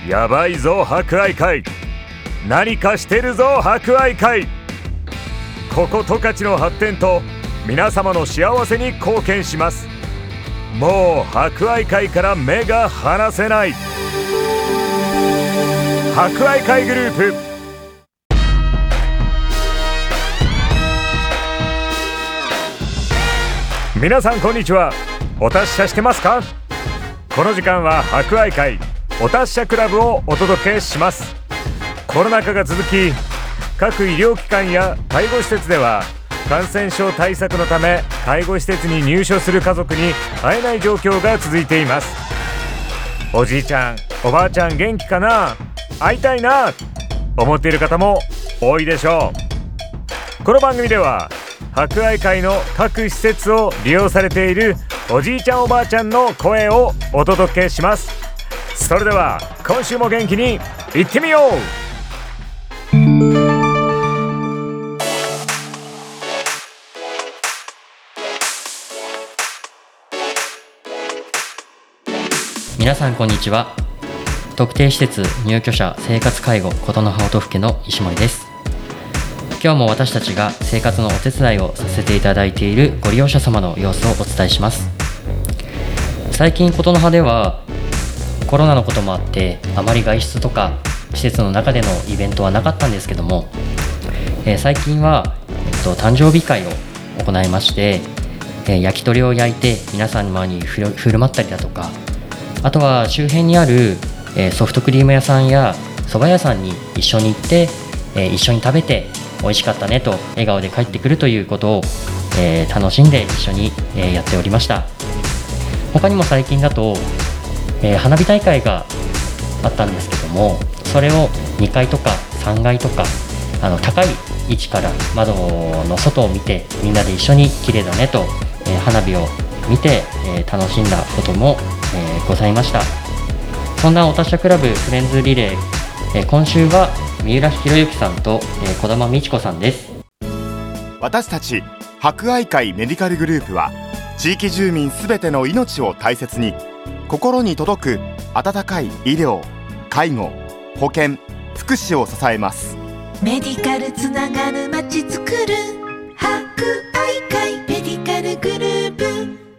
やばいぞ博愛会、何かしてるぞ博愛会。ここ十勝の発展と皆様の幸せに貢献します。もう博愛会から目が離せない。博愛会グループ。皆さんこんにちは。お達者してますか？この時間は博愛会お達者クラブをお届けします。コロナ禍が続き、各医療機関や介護施設では感染症対策のため介護施設に入所する家族に会えない状況が続いています。おじいちゃんおばあちゃん元気かな、会いたいな思っている方も多いでしょう。この番組では博愛会の各施設を利用されているおじいちゃんおばあちゃんの声をお届けします。それでは今週も元気にいってみよう。 皆さんこんにちは。特定施設入居者生活介護琴の葉音更の石森です。今日も私たちが生活のお手伝いをさせていただいているご利用者様の様子をお伝えします。最近琴の葉ではコロナのこともあってあまり外出とか施設の中でのイベントはなかったんですけども、最近は、誕生日会を行いまして、焼き鳥を焼いて皆様に振る舞ったりだとか、あとは周辺にある、ソフトクリーム屋さんや蕎麦屋さんに一緒に行って、一緒に食べて美味しかったねと笑顔で帰ってくるということを、楽しんで一緒に、やっておりました。他にも最近だと、花火大会があったんですけども、それを2階とか3階とか高い位置から窓の外を見てみんなで一緒に綺麗だねと、花火を見て、楽しんだことも、ございました。そんなお達者クラブフレンズリレー、今週は三浦博之さんと、児玉美智子さんです。 私たち博愛会メディカルグループは地域住民すべての命を大切に心に届く温かい医療、介護、保健、福祉を支えます。 メディカルつながるまちづくる博愛会メディカルグループ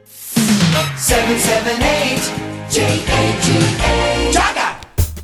778JAGA ジャガ。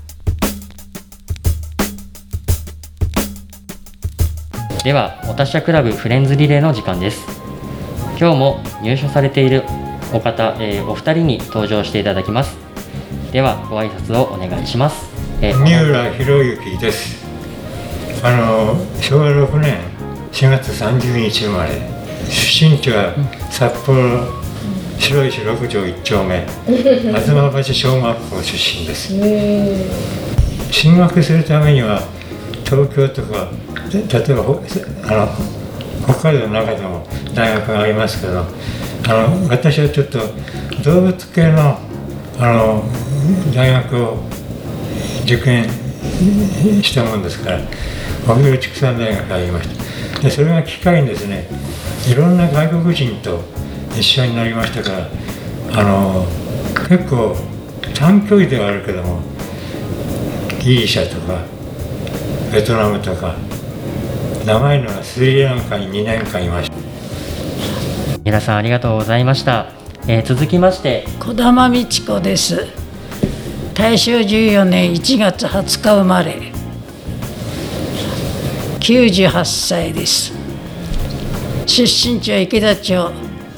ではお達者クラブフレンズリレーの時間です。今日も入所されているお方、お二人に登場していただきます。ではご挨拶をお願いします。 三浦博之です。昭和6年4月30日生まれ、出身地は札幌白石6条1丁目吾妻橋小学校出身です。進学するためには東京とか例えば北海道の中でも大学がありますけど、私はちょっと動物系の大学を受験したもんですから、帯広畜産大学がありました。でそれが機会にですね、いろんな外国人と一緒になりましたから、結構短距離ではあるけどもギリシャとかベトナムとか、長いのはスリランカに2年間いました。 皆さんありがとうございました。続きまして児玉美智子です。大正14年1月20日生まれ、98歳です。出身地は池田町、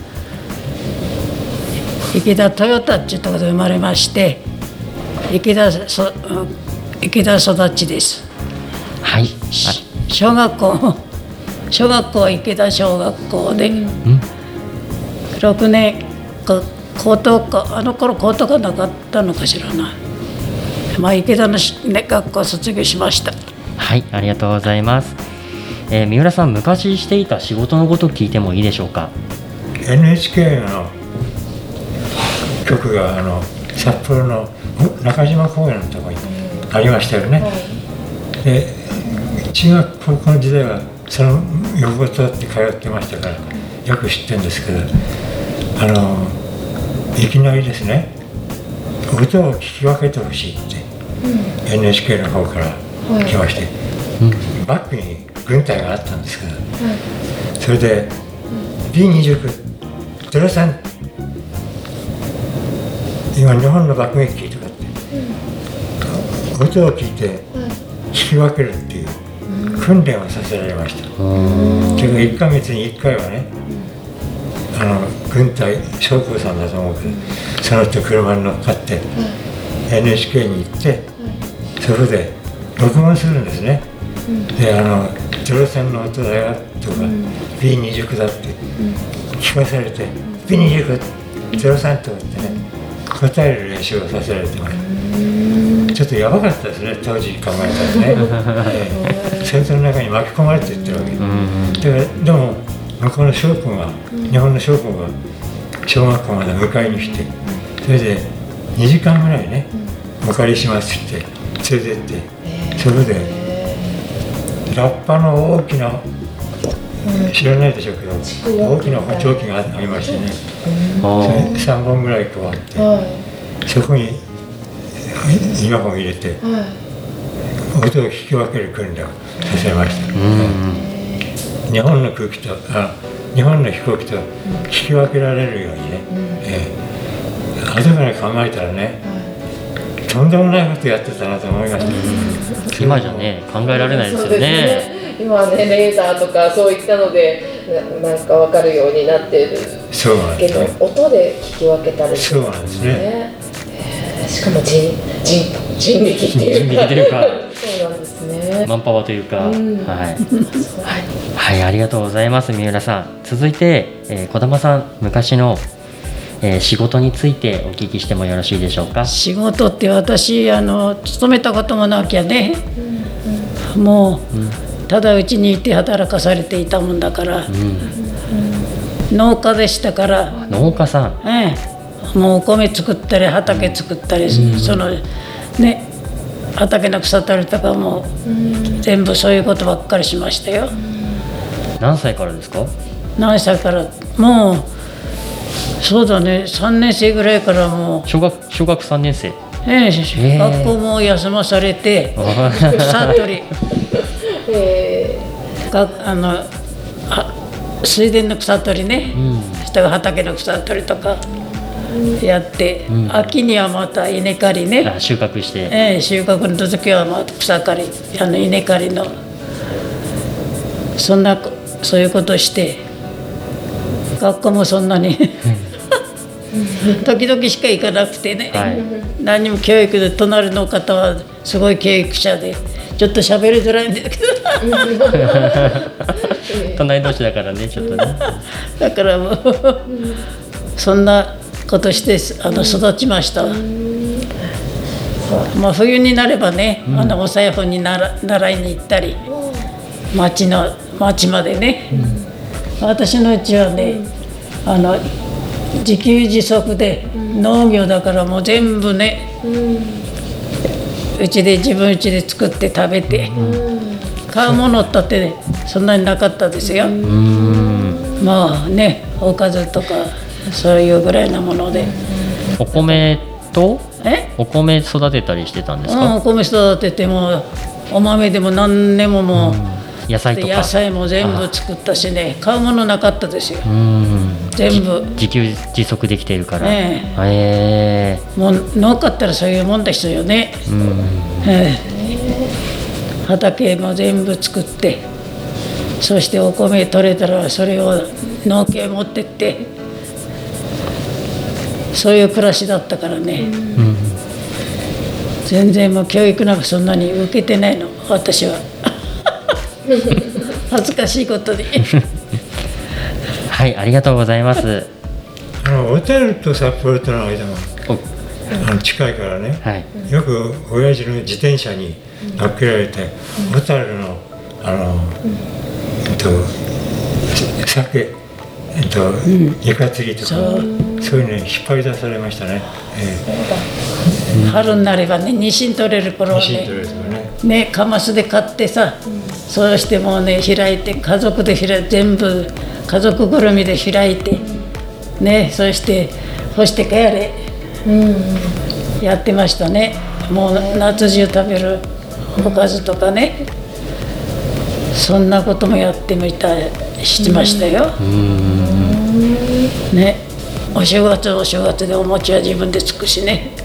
池田豊田っていうところで生まれまして、池田育ちです。 はい。 小学校は池田小学校で6年、高等科、あの頃高等科なかったのかしらな。池田の、学校を卒業しました。 はい、ありがとうございます。三浦さん、昔していた仕事のことを聞いてもいいでしょうか？ NHK の局が札幌の中島公園のところにありましたよね。で中学高校の時代はその横を通って通ってましたからよく知ってるんですけど、いきなりですね、歌を聞き分けてほしいって NHK の方から来まして、バックに軍隊があったんですけど、それで B29 03今日本の爆撃機とかって音を聞いて聞き分けるっていう訓練をさせられました。それが1ヶ月に1回はね、軍隊将校さんだと思うけど、その人車に乗っかって NHK に行って、そこで録音するんですね。で03の音だよとか、B29 だって聞かされて、B29、03とかってね、答える練習をさせられてます。ちょっとやばかったですね、当時考えたらね。戦争の中に巻き込まれていってるわけで、でも向こうの将軍が、日本の将軍が小学校まで迎えに来て、それで2時間ぐらいね、お借りしますって連れてって、そこでラッパの大きな、知らないでしょうけど、大きな補聴器がありましてね、3本ぐらい加わって、そこにイヤホン入れて、音を聞き分ける訓練をさせました。日本の空気と日本の飛行機と聞き分けられるようにね、後から考えたらね、とんでもないことやってたなと思いました。 今じゃね考えられないですよね。 今はね、レーダーとかそういったのでなんか分かるようになってるけど、音で聞き分けたりするんですね。しかも人力っていうかそうなんですね。 マンパワーというか、はい、ありがとうございます三浦さん。続いて、児玉さん、昔の、仕事についてお聞きしてもよろしいでしょうか。 仕事って私勤めたこともなきゃね、もう、ただうちにいて働かされていたもんだから、農家でしたから。 農家さん、 もうお米作ったり畑作ったり、そのね、畑の草取りとかも全部そういうことばっかりしましたよ。 何歳からですか？ 何歳から、もうそうだね、3年生ぐらいからもう小学3年生、 学校も休まされて草取り水田の草取りね、下が畑の草取りとかやって、秋にはまた稲刈りね、 収穫して、 収穫の時はまた草刈り、稲刈りのそういうことして、学校もそんなに時々しか行かなくてね、何も教育で、隣の方はすごい教育者でちょっと喋りづらいんですけど隣同士だからね、ちょっとねだからもうそんなことして育ちました。まあ、冬になればね、お裁縫に習いに行ったり、町までね、私のうちはね、自給自足で農業だからもう全部ね、自分家で作って食べて、買うものだってね、そんなになかったですよ。まあね、おかずとかそういうぐらいなもので。 お米育てたりしてたんですか？ お米育てても、お豆でも何でももう、 野菜とか野菜も全部作ったしね、買うものなかったですよ。全部自給自足できているから。 もう農家ったらそういうもんですよね。畑も全部作って、そしてお米取れたらそれを農家へ持ってって、そういう暮らしだったからね、全然もう教育なんかそんなに受けてないの、私は恥ずかしいことにはい、ありがとうございます。 小樽と札幌との間も近いからね、よく親父の自転車に乗っけられて、小樽の酒イカ釣りとか、そういうのに引っ張り出されましたね。 春になればね、ニシン取れる頃はね、カマスで買ってさ、そうしてもうね、開いて家族で全部家族ぐるみで開いてね、そして干して帰れ、やってましたね。 もう夏中食べるおかずとかね、そんなこともやってみたりしてましたよ。ね、お正月でお餅は自分でつくしね。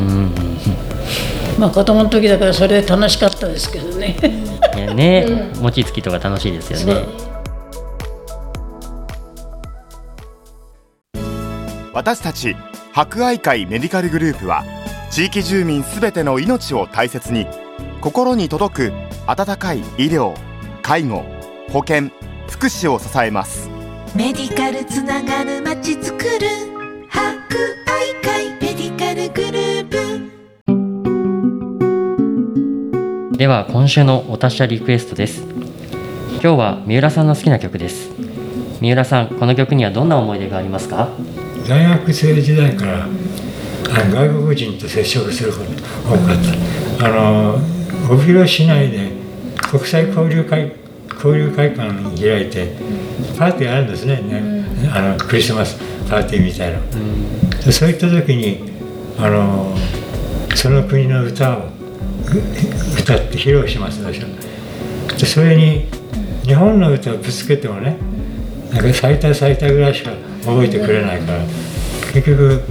まあ子供の時だからそれで楽しかったですけどね。 ね、餅つきとか楽しいですよね。 私たち博愛会メディカルグループは地域住民すべての命を大切に心に届く温かい医療、介護、保健、福祉を支えます。 メディカルつながるまちづくる博愛会メディカルグループ。 では今週のお達者リクエストです。今日は三浦さんの好きな曲です。三浦さん、この曲にはどんな思い出がありますか？ 大学生時代から外国人と接触することが多かった。帯広市内で国際交流会館を開いてパーティーあるんですね、クリスマスパーティーみたいな、そういった時にその国の歌を歌って披露しますでしょ。でそれに日本の歌をぶつけてもね、なんか最多ぐらいしか覚えてくれないから、結局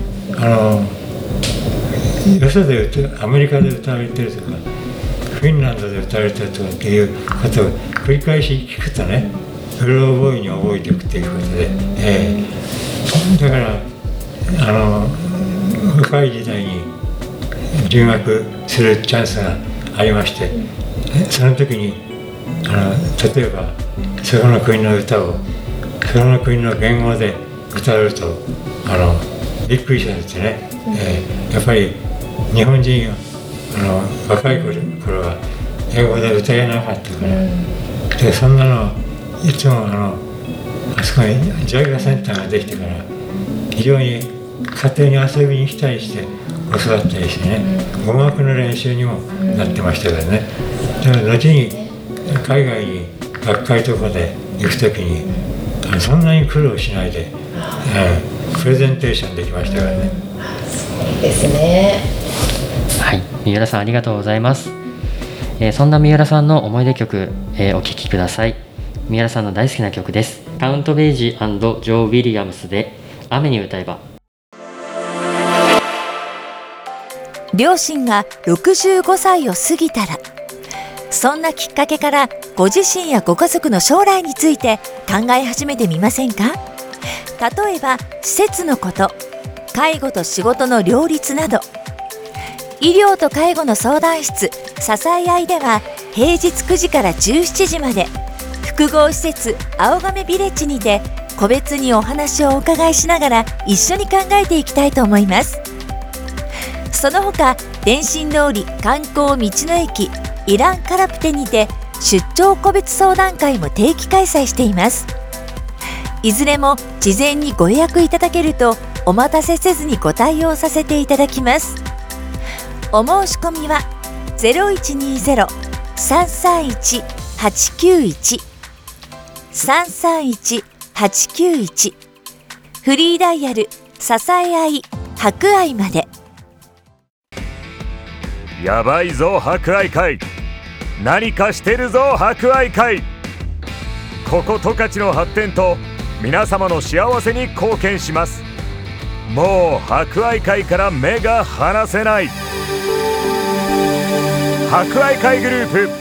よそでアメリカで歌われてるとかフィンランドで歌われてるとかっていうことを繰り返し聞くとね、うろ覚えに覚えていくっていうことで、だから若い時代に留学するチャンスがありまして、その時に例えばそこの国の歌をその国の言語で歌うとびっくりされてね、やっぱり日本人が若い頃は英語で歌えなかったから、でそんなのいつもあそこにジャイガセンターができてから非常に家庭に遊びに来たりして教わったりしてね、語学の練習にもなってましたからね。だから後に海外に学会とかで行くときにそんなに苦労しないで、プレゼンテーションできましたからね。 そうですね。 はい、三浦さんありがとうございます。そんな三浦さんの思い出曲、お聴きください。三浦さんの大好きな曲です。カウント・ベイジー&ジョー・ウィリアムスで雨に歌えば。 両親が65歳を過ぎたら、そんなきっかけからご自身やご家族の将来について考え始めてみませんか？例えば施設のこと、介護と仕事の両立など。医療と介護の相談室支え合いでは平日9時から17時まで複合施設青亀ビレッジにて個別にお話をお伺いしながら一緒に考えていきたいと思います。その他電信通り観光道の駅イランカラプテにて出張個別相談会も定期開催しています。いずれも事前にご予約いただけるとお待たせせずにご対応させていただきます。お申し込みは 0120-331-891 331-891 フリーダイヤル支え合い博愛まで。 やばいぞ博愛会、何かしてるぞ博愛会。ここ十勝の発展と皆様の幸せに貢献します。もう博愛会から目が離せない。博愛会グループ